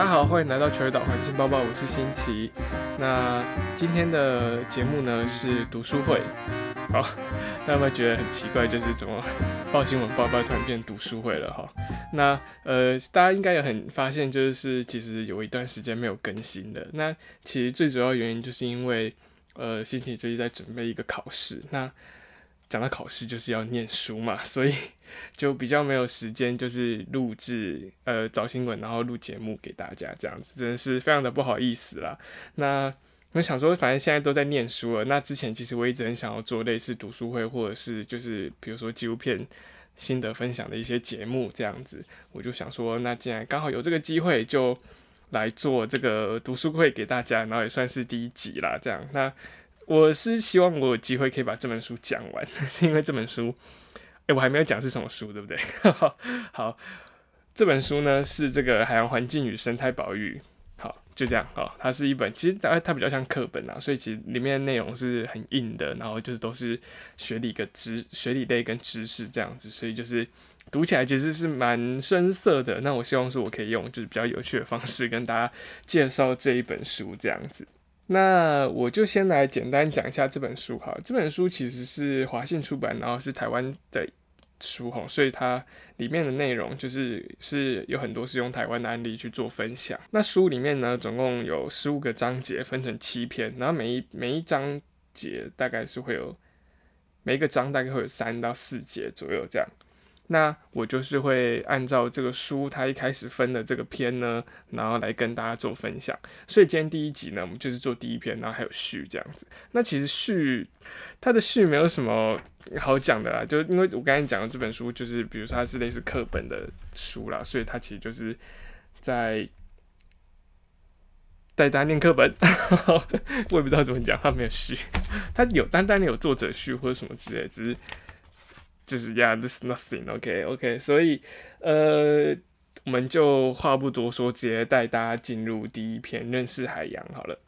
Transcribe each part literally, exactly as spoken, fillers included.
大家好，欢迎来到球队岛环境报报，我是新奇。那今天的节目呢是读书会，好，大家有没有觉得很奇怪？就是怎么报新闻报报突然变读书会了哈？那呃，大家应该有很发现，就是其实有一段时间没有更新的。那其实最主要原因就是因为呃，新奇最近在准备一个考试，那讲到考试就是要念书嘛，所以就比较没有时间，就是录制呃找新闻，然后录节目给大家，这样子真的是非常的不好意思啦。那我想说，反正现在都在念书了，那之前其实我一直很想要做类似读书会，或者是就是比如说纪录片心得分享的一些节目这样子，我就想说，那既然刚好有这个机会，就来做这个读书会给大家，然后也算是第一集啦，这样那。我是希望我有机会可以把这本书讲完，是因为这本书，哎、欸，我还没有讲是什么书，对不对？好，这本书呢是这个海洋环境与生态保育，好，就这样，好，它是一本，其实它它比较像课本啊，所以其实里面的内容是很硬的，然后就是都是学理跟知学理类跟知识这样子，所以就是读起来其实是蛮深涩的。那我希望说我可以用就是比较有趣的方式跟大家介绍这一本书这样子。那我就先来简单讲一下这本书哈。这本书其实是华信出版，然后是台湾的书哈，所以它里面的内容就是是有很多是用台湾的案例去做分享。那书里面呢，总共有十五个章节，分成七篇，然后每一每一章节大概是会有每一个章大概会有三到四节左右这样。那我就是会按照这个书它一开始分的这个篇呢，然后来跟大家做分享。所以今天第一集呢，我们就是做第一篇，然后还有序这样子。那其实序它的序没有什么好讲的啦，就因为我刚才讲的这本书，就是比如说它是类似课本的书啦，所以它其实就是在带大家念课本。我也不知道怎么讲，它没有序，它有单单有作者序或者什么之类的，只是。就是 yeah, this nothing, OK, OK， 所以呃，我们就话不多说，直接带大家进入第一篇认识海洋好了。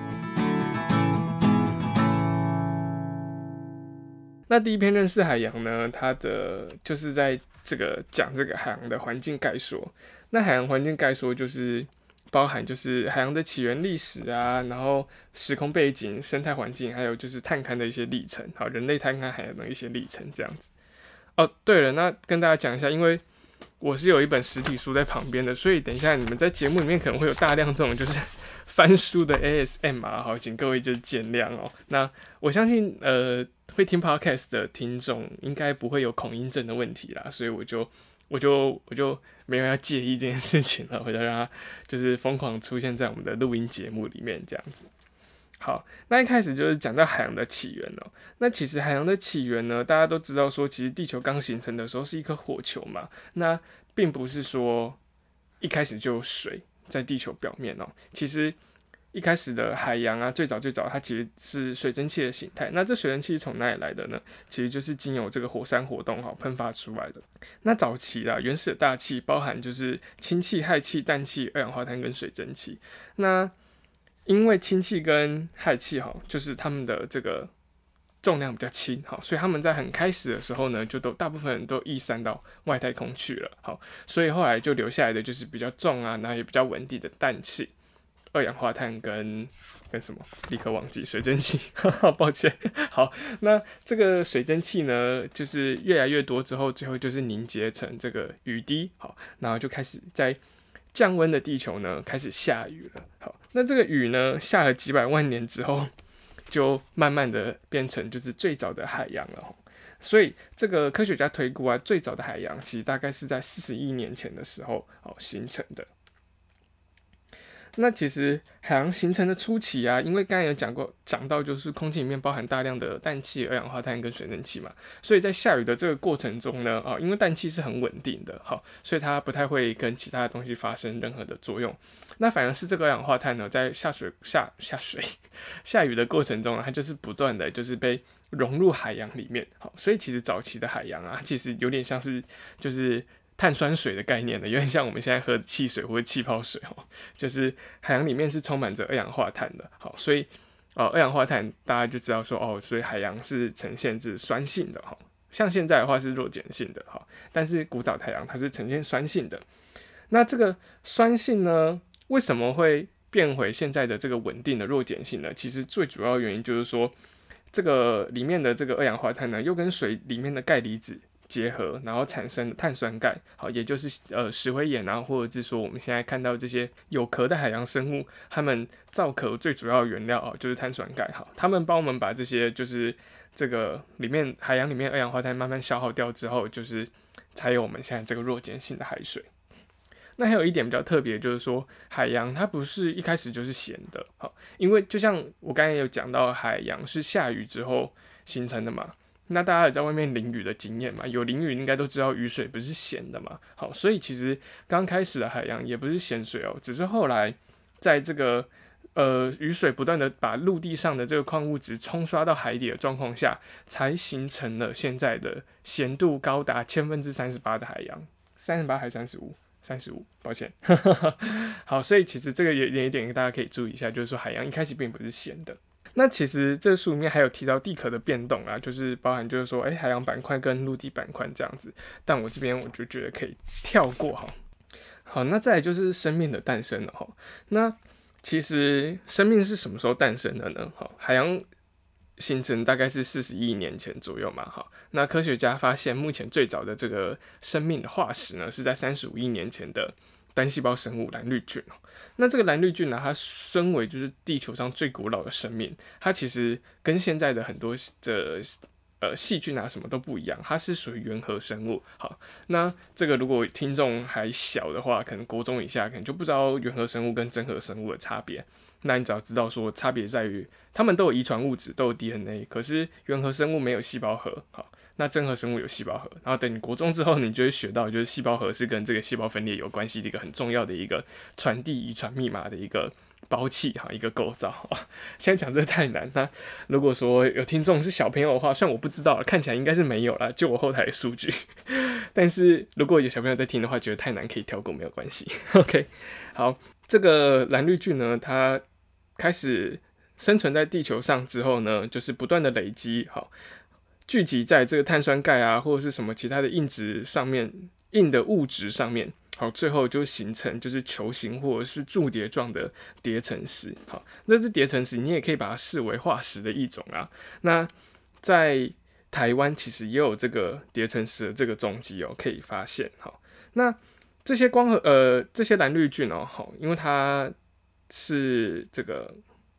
那第一篇认识海洋呢，它的就是在这个讲这个海洋的环境概说。那海洋环境概说就是包含就是海洋的起源历史啊，然后时空背景、生态环境，还有就是探勘的一些历程，好，人类探勘海洋的一些历程这样子。哦，对了，那跟大家讲一下，因为我是有一本实体书在旁边的，所以等一下你们在节目里面可能会有大量这种就是翻书的 A S M R， 好，请各位就是见谅哦。那我相信呃会听 Podcast 的听众应该不会有恐音症的问题啦，所以我就我就我就没有要介意这件事情了，我就让它就是疯狂出现在我们的录音节目里面这样子。好，那一开始就是讲到海洋的起源哦。那其实海洋的起源呢，大家都知道说，其实地球刚形成的时候是一颗火球嘛。那并不是说一开始就有水在地球表面哦。其实一开始的海洋啊，最早最早它其实是水蒸气的形态。那这水蒸气从哪里来的呢？其实就是经由这个火山活动哈喷发出来的。那早期啊，原始的大气包含就是氢气、氦气、氮气、二氧化碳跟水蒸气。那因为氢气跟氦气哈，就是它们的这个重量比较轻，好，所以他们在很开始的时候呢，就都大部分人都逸散到外太空去了，好，所以后来就留下来的就是比较重啊，然后也比较稳定的氮气、二氧化碳跟跟什么，立刻忘记水蒸气，抱歉。好，那这个水蒸气呢，就是越来越多之后，最后就是凝结成这个雨滴，好，然后就开始在降温的地球呢开始下雨了。好，那这个雨呢下了几百万年之后，就慢慢的变成就是最早的海洋了。所以这个科学家推估啊，最早的海洋其实大概是在四十亿年前的时候形成的。那其实海洋形成的初期啊，因为刚才有讲过，讲到就是空气里面包含大量的氮气、二氧化碳跟水蒸气嘛，所以在下雨的这个过程中呢，啊，因为氮气是很稳定的，好，所以它不太会跟其他的东西发生任何的作用。那反而是这个二氧化碳呢，在下水下下水下雨的过程中呢，它就是不断的就是被融入海洋里面，好，所以其实早期的海洋啊，其实有点像是就是碳酸水的概念的，有点像我们现在喝的汽水或者气泡水哦，就是海洋里面是充满着二氧化碳的，好，所以呃二氧化碳大家就知道说哦，所以海洋是呈现是酸性的哈，像现在的话是弱碱性的哈，但是古早海洋它是呈现酸性的。那这个酸性呢， 为什么会变回现在的这个稳定的弱碱性呢？其实最主要原因就是说，这个里面的这个二氧化碳呢，又跟水里面的钙离子结合，然后产生碳酸钙，好，也就是呃石灰岩啊，或者是说我们现在看到这些有壳的海洋生物，它们造壳最主要的原料啊，就是碳酸钙，好，它们帮我们把这些就是这个里面海洋里面二氧化碳慢慢消耗掉之后，就是才有我们现在这个弱碱性的海水。那还有一点比较特别，就是说海洋它不是一开始就是咸的，好，因为就像我刚才有讲到，海洋是下雨之后形成的嘛。那大家有在外面淋雨的经验嘛？有淋雨应该都知道雨水不是咸的嘛。好，所以其实刚开始的海洋也不是咸水哦，只是后来在这个呃雨水不断的把陆地上的这个矿物质冲刷到海底的状况下，才形成了现在的咸度高达千分之三十八的海洋，三十八还三十五？三十五，抱歉。好，所以其实这个有一点大家可以注意一下，就是说海洋一开始并不是咸的。那其实这书里面还有提到地壳的变动啊，就是包含就是说，哎、欸，海洋板块跟陆地板块这样子。但我这边我就觉得可以跳过哈。好，那再来就是生命的诞生了哈。那其实生命是什么时候诞生的呢？好，海洋形成大概是四十亿年前左右嘛，哈。那科学家发现，目前最早的这个生命的化石呢，是在三十五亿年前的单细胞生物蓝绿菌哦。那这个蓝绿菌呢，它身为就是地球上最古老的生命，它其实跟现在的很多的呃细菌啊什么都不一样，它是属于原核生物。好，那这个如果听众还小的话，可能国中以下可能就不知道原核生物跟真核生物的差别。那你只要知道说差别在于，它们都有遗传物质，都有 D N A， 可是原核生物没有细胞核。好，那真核生物有细胞核。然后等你国中之后，你就会学到，就是细胞核是跟这个细胞分裂有关系的一个很重要的一个传递遗传密码的一个包器哈，一个构造。现在讲这个太难。那如果说有听众是小朋友的话，虽然我不知道，看起来应该是没有啦，就我后台的数据。但是如果有小朋友在听的话，觉得太难可以跳过，没有关系。OK， 好，这个蓝绿菌呢，它开始生存在地球上之后呢，就是不断的累积，好，聚集在这个碳酸钙啊，或者是什么其他的硬质上面，硬的物质上面，好，最后就形成就是球形或者是柱叠状的叠层石。好，这是叠层石，你也可以把它视为化石的一种啊。那在台湾其实也有这个叠层石的这个踪迹哦，可以发现。好，那这些光合呃这些蓝绿菌哦，好，因为它是这个，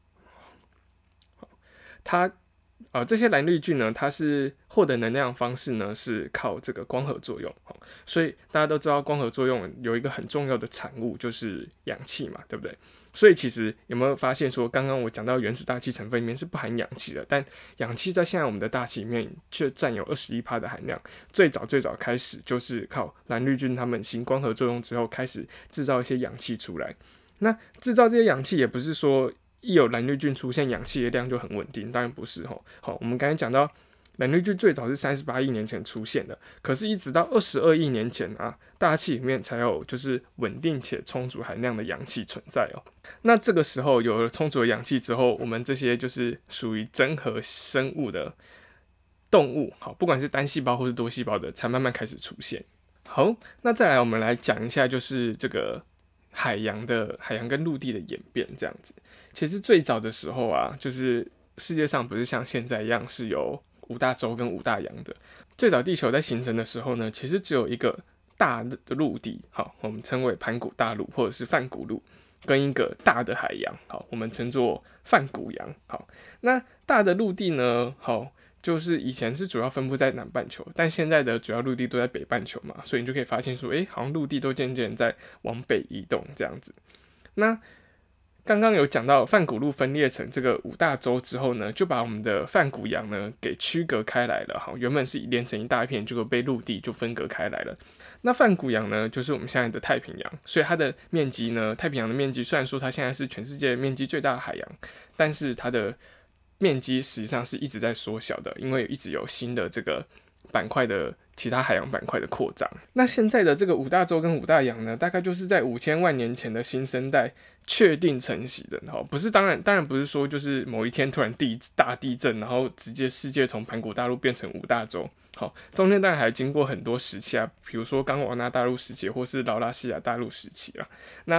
它呃这些蓝绿菌呢，它是获得能量的方式呢是靠这个光合作用，所以大家都知道光合作用有一个很重要的产物就是氧气嘛，对不对？所以其实有没有发现说，刚刚我讲到原始大气成分里面是不含氧气的，但氧气在现在我们的大气里面却占有 百分之二十一 的含量。最早最早开始就是靠蓝绿菌它们行光合作用之后，开始制造一些氧气出来。那制造这些氧气也不是说一有蓝绿菌出现，氧气的量就很稳定，当然不是吼。好，我们刚才讲到蓝绿菌最早是三十八亿年前出现的，可是一直到二十二亿年前啊，大气里面才有就是稳定且充足含量的氧气存在哦。那这个时候有了充足的氧气之后，我们这些就是属于真核生物的动物，好，不管是单细胞或是多细胞的，才慢慢开始出现。好，那再来我们来讲一下，就是这个海洋的海洋跟陆地的演变这样子。其实最早的时候啊，就是世界上不是像现在一样是有五大洲跟五大洋的。最早地球在形成的时候呢，其实只有一个大的陆地，好，我们称为盘古大陆或者是泛古陆，跟一个大的海洋，好，我们称作泛古洋。好，那大的陆地呢，好，就是以前是主要分布在南半球，但现在的主要陆地都在北半球嘛，所以你就可以发现说，哎、欸，好像陆地都渐渐在往北移动这样子。那刚刚有讲到泛古陆分裂成这个五大洲之后呢，就把我们的泛古洋呢给区隔开来了。好，原本是连成一大片，结果被陆地就分隔开来了。那泛古洋呢，就是我们现在的太平洋，所以它的面积呢，太平洋的面积虽然说它现在是全世界面积最大的海洋，但是它的面积实际上是一直在缩小的，因为一直有新的这个板块的其他海洋板块的扩张。那现在的这个五大洲跟五大洋呢，大概就是在五千万年前的新生代确定承袭的，不是当然当然不是说就是某一天突然地大地震，然后直接世界从盘古大陆变成五大洲。好，中间当然还经过很多时期啊，比如说冈瓦纳大陆时期或是劳拉西亚大陆时期啊。那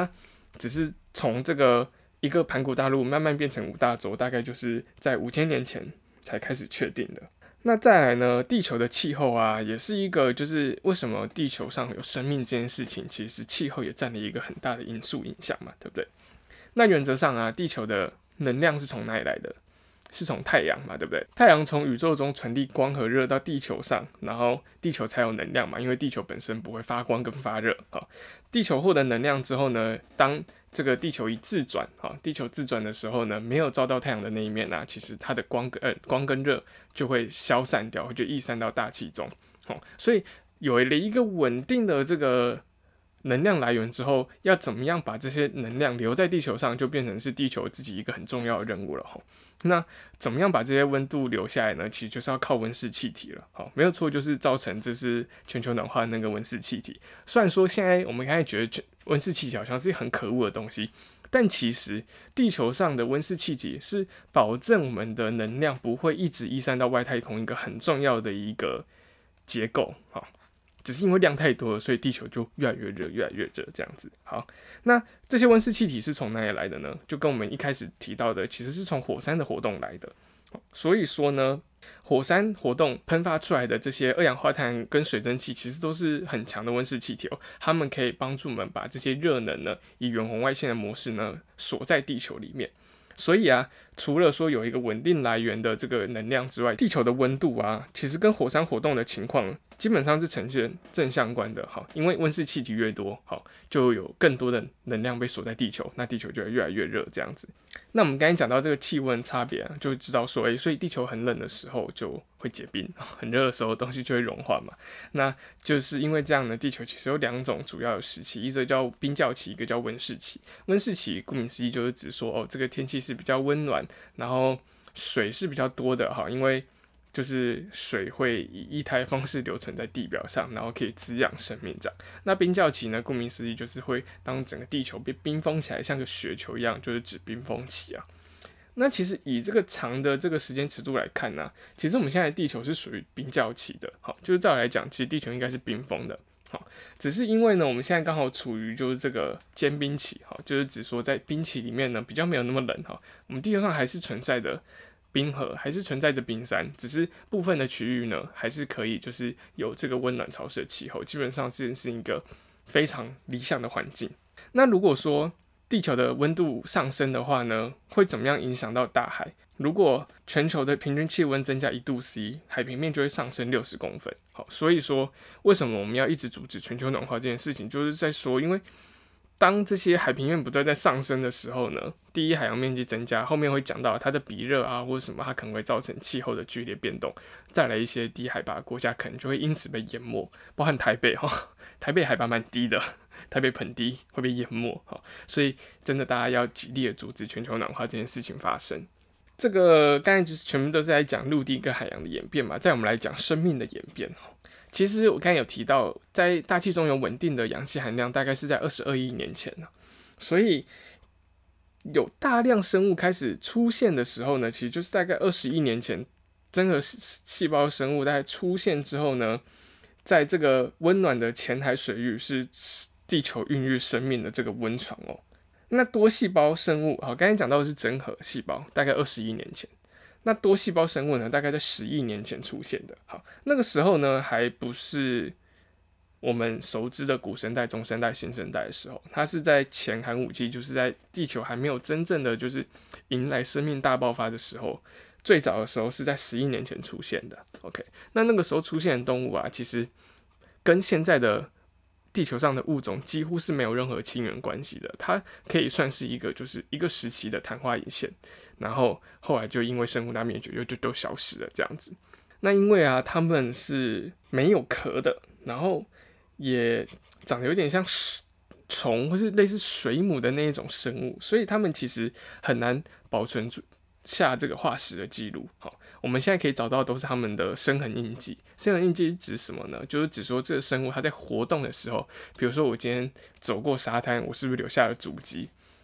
只是从这个一个盘古大陆慢慢变成五大洲，大概就是在五千年前才开始确定的。那再来呢，地球的气候啊，也是一个就是为什么地球上有生命这件事情，其实气候也占了一个很大的因素影响嘛，对不对？那原则上啊，地球的能量是从哪里来的？是从太阳嘛，对不对？太阳从宇宙中传递光和热到地球上，然后地球才有能量嘛，因为地球本身不会发光跟发热。好，地球获得能量之后呢，当这个地球一自转，好，地球自转的时候呢，没有照到太阳的那一面啊，其实它的光跟呃光跟热就会消散掉，就逸散到大气中。好，所以有了一个稳定的这个能量来源之后，要怎么样把这些能量留在地球上，就变成是地球自己一个很重要的任务了。那怎么样把这些温度留下来呢？其实就是要靠温室气体了。好，没有错，就是造成这是全球暖化的那个温室气体。虽然说现在我们刚才觉得温室气体好像是很可恶的东西，但其实地球上的温室气体是保证我们的能量不会一直逸散到外太空一个很重要的一个结构。好，只是因为量太多了，所以地球就越来越热，越来越热这样子。好，那这些温室气体是从哪里来的呢？就跟我们一开始提到的，其实是从火山的活动来的。所以说呢，火山活动喷发出来的这些二氧化碳跟水蒸气，其实都是很强的温室气体哦。它们可以帮助我们把这些热能呢，以远红外线的模式呢，锁在地球里面。所以啊，除了说有一个稳定来源的这个能量之外，地球的温度啊，其实跟火山活动的情况基本上是呈现正相关的。好，因为温室气体越多，好，就有更多的能量被锁在地球，那地球就会越来越热这样子。那我们刚才讲到这个气温差别啊，就知道说，哎、欸，所以地球很冷的时候就会结冰，很热的时候东西就会融化嘛。那就是因为这样呢，地球其实有两种主要的时期，一个叫冰较期，一个叫温室期。温室期顾名思义就是指说，哦，这个天气是比较温暖，然后水是比较多的哈，因为就是水会以液态方式留存在地表上，然后可以滋养生命这样。那冰较期呢，顾名思义就是会当整个地球被冰封起来，像个雪球一样，就是指冰封期啊。那其实以这个长的这个时间尺度来看呢、啊，其实我们现在的地球是属于冰较期的，好，就是照来讲，其实地球应该是冰封的，好，只是因为呢，我们现在刚好处于就是这个间冰期，好，就是指说在冰期里面呢，比较没有那么冷，哈，我们地球上还是存在的冰河，还是存在着冰山，只是部分的区域呢，还是可以就是有这个温暖潮湿的气候，基本上是是一个非常理想的环境。那如果说地球的温度上升的话呢，会怎么样影响到大海？如果全球的平均气温增加一度 C， 海平面就会上升六十公分。好，所以说为什么我们要一直阻止全球暖化这件事情，就是在说，因为当这些海平面不断在上升的时候呢，第一海洋面积增加，后面会讲到它的比热啊或者什么，它可能会造成气候的剧烈变动，再来一些低海拔的国家可能就会因此被淹没，包含台北哈，台北海拔蛮低的。台北盆地会被淹没，所以真的大家要极力的阻止全球暖化这件事情发生。这个刚才就是全部都是在讲陆地跟海洋的演变嘛，在我们来讲生命的演变。其实我刚才有提到，在大气中有稳定的氧气含量，大概是在二十二亿年前，所以有大量生物开始出现的时候呢，其实就是大概二十亿年前，真核细胞生物大概出现之后呢，在这个温暖的浅海水域是地球孕育生命的这个温床哦。那多细胞生物，好，刚才讲到的是真核细胞，大概二十亿年前。那多细胞生物呢，大概在十亿年前出现的。好，那个时候呢，还不是我们熟知的古生代、中生代、新生代的时候，它是在前寒武纪，就是在地球还没有真正的就是迎来生命大爆发的时候，最早的时候是在十亿年前出现的。OK， 那那个时候出现的动物啊，其实跟现在的地球上的物种几乎是没有任何亲缘关系的，它可以算是一个就是一个时期的昙花一现，然后后来就因为生物大灭绝就就都消失了这样子。那因为啊，它们是没有壳的，然后也长得有点像虫或是类似水母的那一种生物，所以它们其实很难保存住下这个化石的记录。好，我们现在可以找到的都是他们的生痕印记。生痕印记是指什么呢？就是指说这个生物它在活动的时候，比如说我今天走过沙滩，我是不是留下了足迹？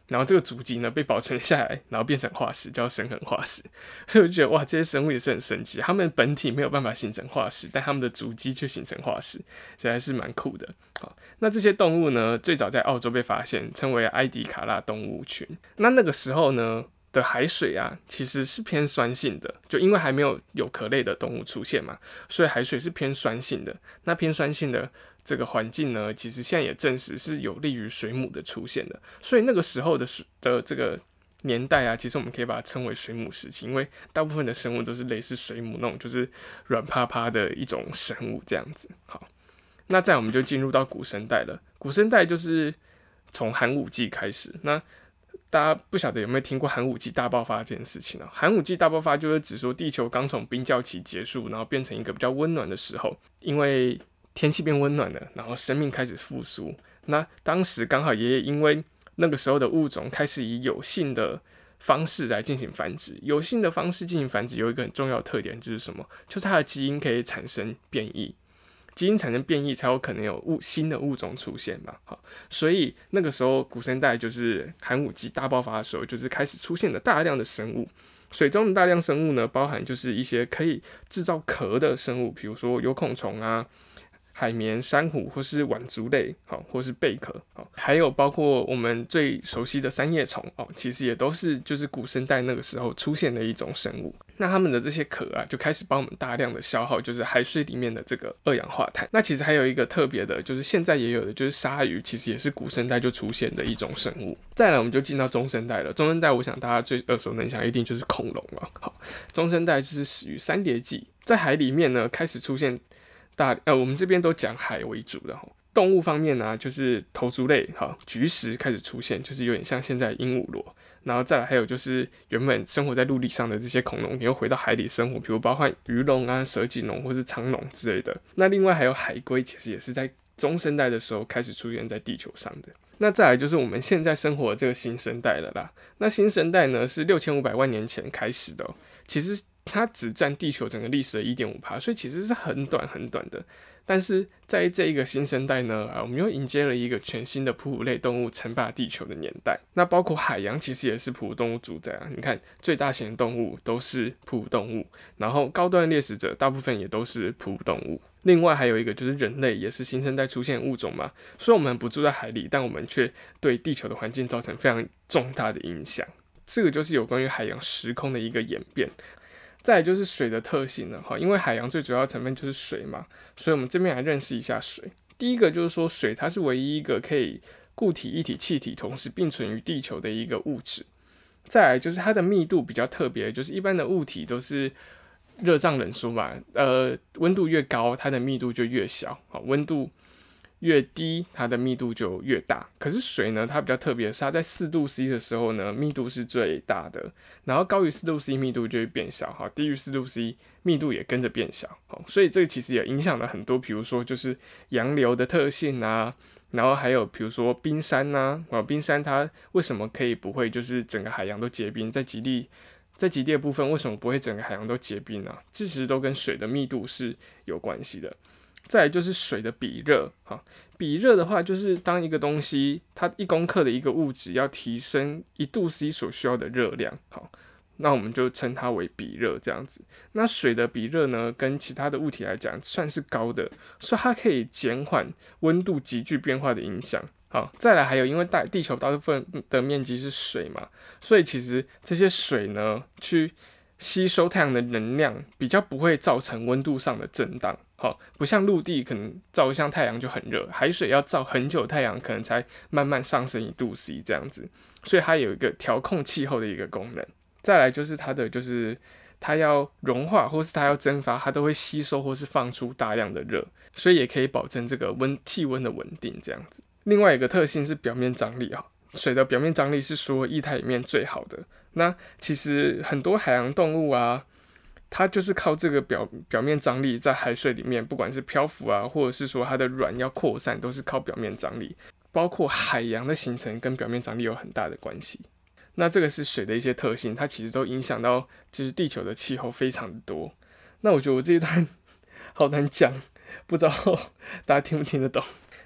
然后这个足迹呢被保存下来，然后变成化石，叫深层化石。所以我就觉得哇，这些生物也是很神奇，它们本体没有办法形成化石，但它们的足迹却形成化石，实在是蛮酷的。好，那这些动物呢，最早在澳洲被发现，称为埃迪卡拉动物群。那那个时候呢的海水啊，其实是偏酸性的，就因为还没有有壳类的动物出现嘛，所以海水是偏酸性的。那偏酸性的这个环境呢，其实现在也证实是有利于水母的出现的。所以那个时候的的这个年代啊，其实我们可以把它称为水母时期，因为大部分的生物都是类似水母那种，就是软趴趴的一种生物这样子。好，那再来我们就进入到古生代了。古生代就是从寒武纪开始。那大家不晓得有没有听过寒武纪大爆发这件事情呢？寒武纪大爆发就是指说地球刚从冰窖期结束，然后变成一个比较温暖的时候，因为天气变温暖了，然后生命开始复苏。那当时刚好也因为那个时候的物种开始以有性的方式来进行繁殖。有性的方式进行繁殖有一个很重要的特点，就是什么？就是它的基因可以产生变异。基因产生变异才有可能有物新的物种出现嘛，好，所以那个时候古生代就是寒武纪大爆发的时候，就是开始出现了大量的生物。水中的大量生物呢，包含就是一些可以制造壳的生物，比如说有孔虫啊、海绵、珊瑚或是腕足类，好，或是贝壳，好，还有包括我们最熟悉的三叶虫，哦，其实也都是就是古生代那个时候出现的一种生物。那它们的这些壳啊，就开始帮我们大量的消耗，就是海水里面的这个二氧化碳。那其实还有一个特别的，就是现在也有的，就是鲨鱼，其实也是古生代就出现的一种生物。再来，我们就进到中生代了。中生代，我想大家最耳熟能详，一定就是恐龙了。好，中生代就是始于三叠纪，在海里面呢开始出现大呃，我们这边都讲海为主的哈。动物方面呢、啊，就是头足类，好，菊石开始出现，就是有点像现在的鹦鹉螺。然后再来还有就是原本生活在陆地上的这些恐龙，也又回到海里生活，比如包括鱼龙啊、蛇颈龙或是长龙之类的。那另外还有海龟，其实也是在中生代的时候开始出现在地球上的。那再来就是我们现在生活的这个新生代了啦。那新生代呢是六千五百万年前开始的、哦，其实它只占地球整个历史的 百分之一点五， 所以其实是很短很短的。但是在这一个新生代呢，啊，我们又迎接了一个全新的哺乳类动物称霸地球的年代。那包括海洋其实也是哺乳动物主宰啊，你看最大型的动物都是哺乳动物，然后高端猎食者大部分也都是哺乳动物。另外还有一个就是人类也是新生代出现的物种嘛，虽然我们不住在海里，但我们却对地球的环境造成非常重大的影响。这个就是有关于海洋时空的一个演变。再来就是水的特性了，因为海洋最主要的成分就是水嘛，所以我们这边来认识一下水。第一个就是说，水它是唯一一个可以固体、液体、气体同时并存于地球的一个物质。再来就是它的密度比较特别，就是一般的物体都是热胀冷缩嘛，呃，温度越高，它的密度就越小，温度越低，它的密度就越大。可是水呢，它比较特别的是，它在四度 C 的时候呢，密度是最大的，然后高于四度 C 密度就会变小，好，低于四度 C 密度也跟着变小，好，所以这个其实也影响了很多，比如说就是洋流的特性啊，然后还有比如说冰山啊，冰山它为什么可以不会就是整个海洋都结冰，在极地在极地的部分为什么不会整个海洋都结冰啊？这其实都跟水的密度是有关系的。再来就是水的比热，比热的话就是当一个东西它一公克的一个物质要提升一度 C 所需要的热量，好，那我们就称它为比热这样子。那水的比热呢，跟其他的物体来讲算是高的，所以它可以减缓温度急剧变化的影响。好，再来还有因为地球大部分的面积是水嘛，所以其实这些水呢去吸收太阳的能量比较不会造成温度上的震荡。好，不像陆地可能照一下太阳就很热，海水要照很久太阳可能才慢慢上升一度 C 这样子，所以它有一个调控气候的一个功能。再来就是它的就是它要融化或是它要蒸发，它都会吸收或是放出大量的热，所以也可以保证这个温气温的稳定这样子。另外一个特性是表面张力，水的表面张力是所有液态里面最好的。那其实很多海洋动物啊，它就是靠这个 表, 表面张力在海水里面，不管是漂浮啊，或者是说它的卵要扩散，都是靠表面张力。包括海洋的形成跟表面张力有很大的关系。那这个是水的一些特性，它其实都影响到就是地球的气候非常的多。那我觉得我这一段好难讲，不知道大家听不听得懂。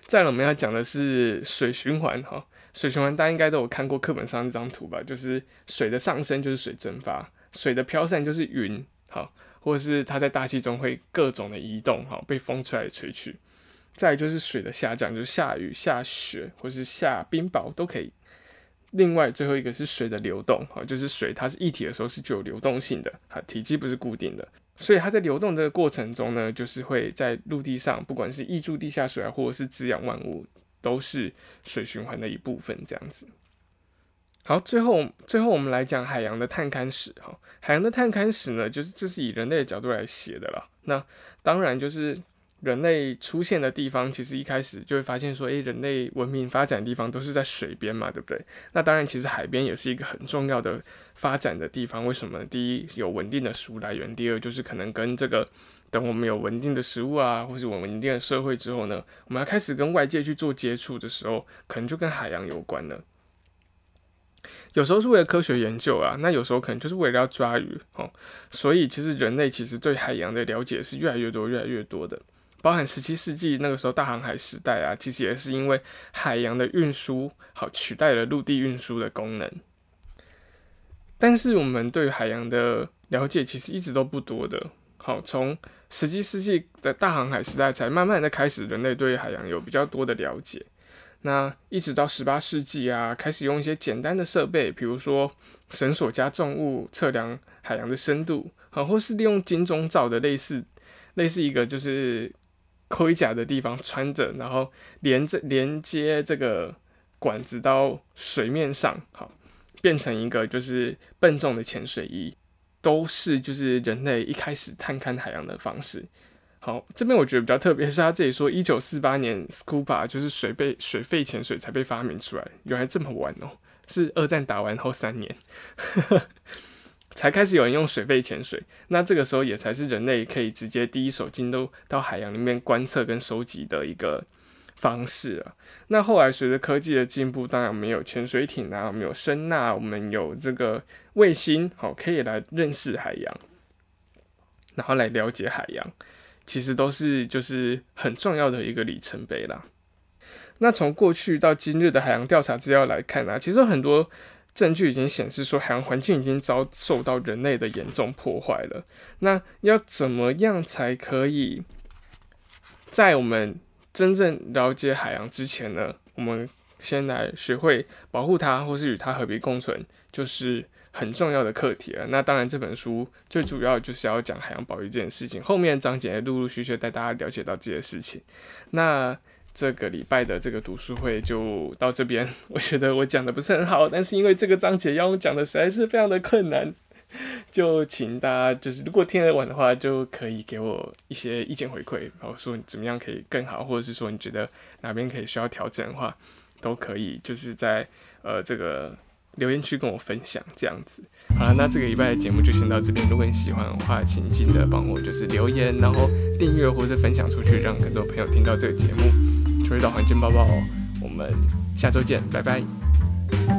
再来我们要讲的是水循环哈，水循环大家应该都有看过课本上这张图吧，就是水的上升就是水蒸发，水的飘散就是云，好，或者是它在大气中会各种的移动，好，被风吹来吹去。再来就是水的下降，就是下雨、下雪或是下冰雹都可以。另外最后一个是水的流动，好，就是水它是液体的时候是具有流动性的，体积不是固定的。所以它在流动的过程中呢，就是会在陆地上，不管是挹注地下水啊，或者是滋养万物，都是水循环的一部分。这样子。好，最后最后我们来讲海洋的探勘史。海洋的探勘史呢，就是这是以人类的角度来写的啦。那当然就是人类出现的地方，其实一开始就会发现说，诶，人类文明发展的地方都是在水边嘛，对不对？那当然，其实海边也是一个很重要的发展的地方。为什么？第一，有稳定的食物来源；第二，就是可能跟这个等我们有稳定的食物啊，或是我们稳定的社会之后呢，我们要开始跟外界去做接触的时候，可能就跟海洋有关了。有时候是为了科学研究啊，那有时候可能就是为了要抓鱼哦。所以其实人类其实对海洋的了解是越来越多、越来越多的。包含十七世纪那个时候大航海时代啊，其实也是因为海洋的运输好取代了陆地运输的功能。但是我们对海洋的了解其实一直都不多的。好，从十七世纪的大航海时代才慢慢的开始，人类对海洋有比较多的了解。那一直到十八世纪啊，开始用一些简单的设备，比如说绳索加重物测量海洋的深度，好，或是利用金钟罩的类似类似一个就是盔甲的地方穿着，然后连着连接这个管子到水面上，好，变成一个就是笨重的潜水衣，都是就是人类一开始探勘海洋的方式。好，这边我觉得比较特别是他这里说，一九四八年 Scuba 就是水被水肺潜水才被发明出来，原来这么晚哦，是二战打完后三年才开始有人用水肺潜水。那这个时候也才是人类可以直接第一手进入到海洋里面观测跟收集的一个方式啊。那后来随着科技的进步，当然我们有潜水艇啊，我们有声呐，我们有这个卫星，好，可以来认识海洋，然后来了解海洋。其实都是就是很重要的一个里程碑啦。那从过去到今日的海洋调查资料来看啊，其实有很多证据已经显示说，海洋环境已经遭受到人类的严重破坏了。那要怎么样才可以在我们真正了解海洋之前呢，我们先来学会保护它，或是与它和平共存，就是很重要的课题了。那当然，这本书最主要就是要讲海洋保育这件事情，后面的章节陆陆续续带大家了解到这些事情。那这个礼拜的这个读书会就到这边，我觉得我讲的不是很好，但是因为这个章节要讲的实在是非常的困难，就请大家就是如果听得完的话，就可以给我一些意见回馈，然后说你怎么样可以更好，或者是说你觉得哪边可以需要调整的话，都可以就是在呃这个留言区跟我分享这样子。好了，那这个礼拜的节目就先到这边。如果你喜欢的话，请记得帮我就是留言，然后订阅或者分享出去，让更多朋友听到这个节目。秋日岛环境报报，我们下周见，拜拜。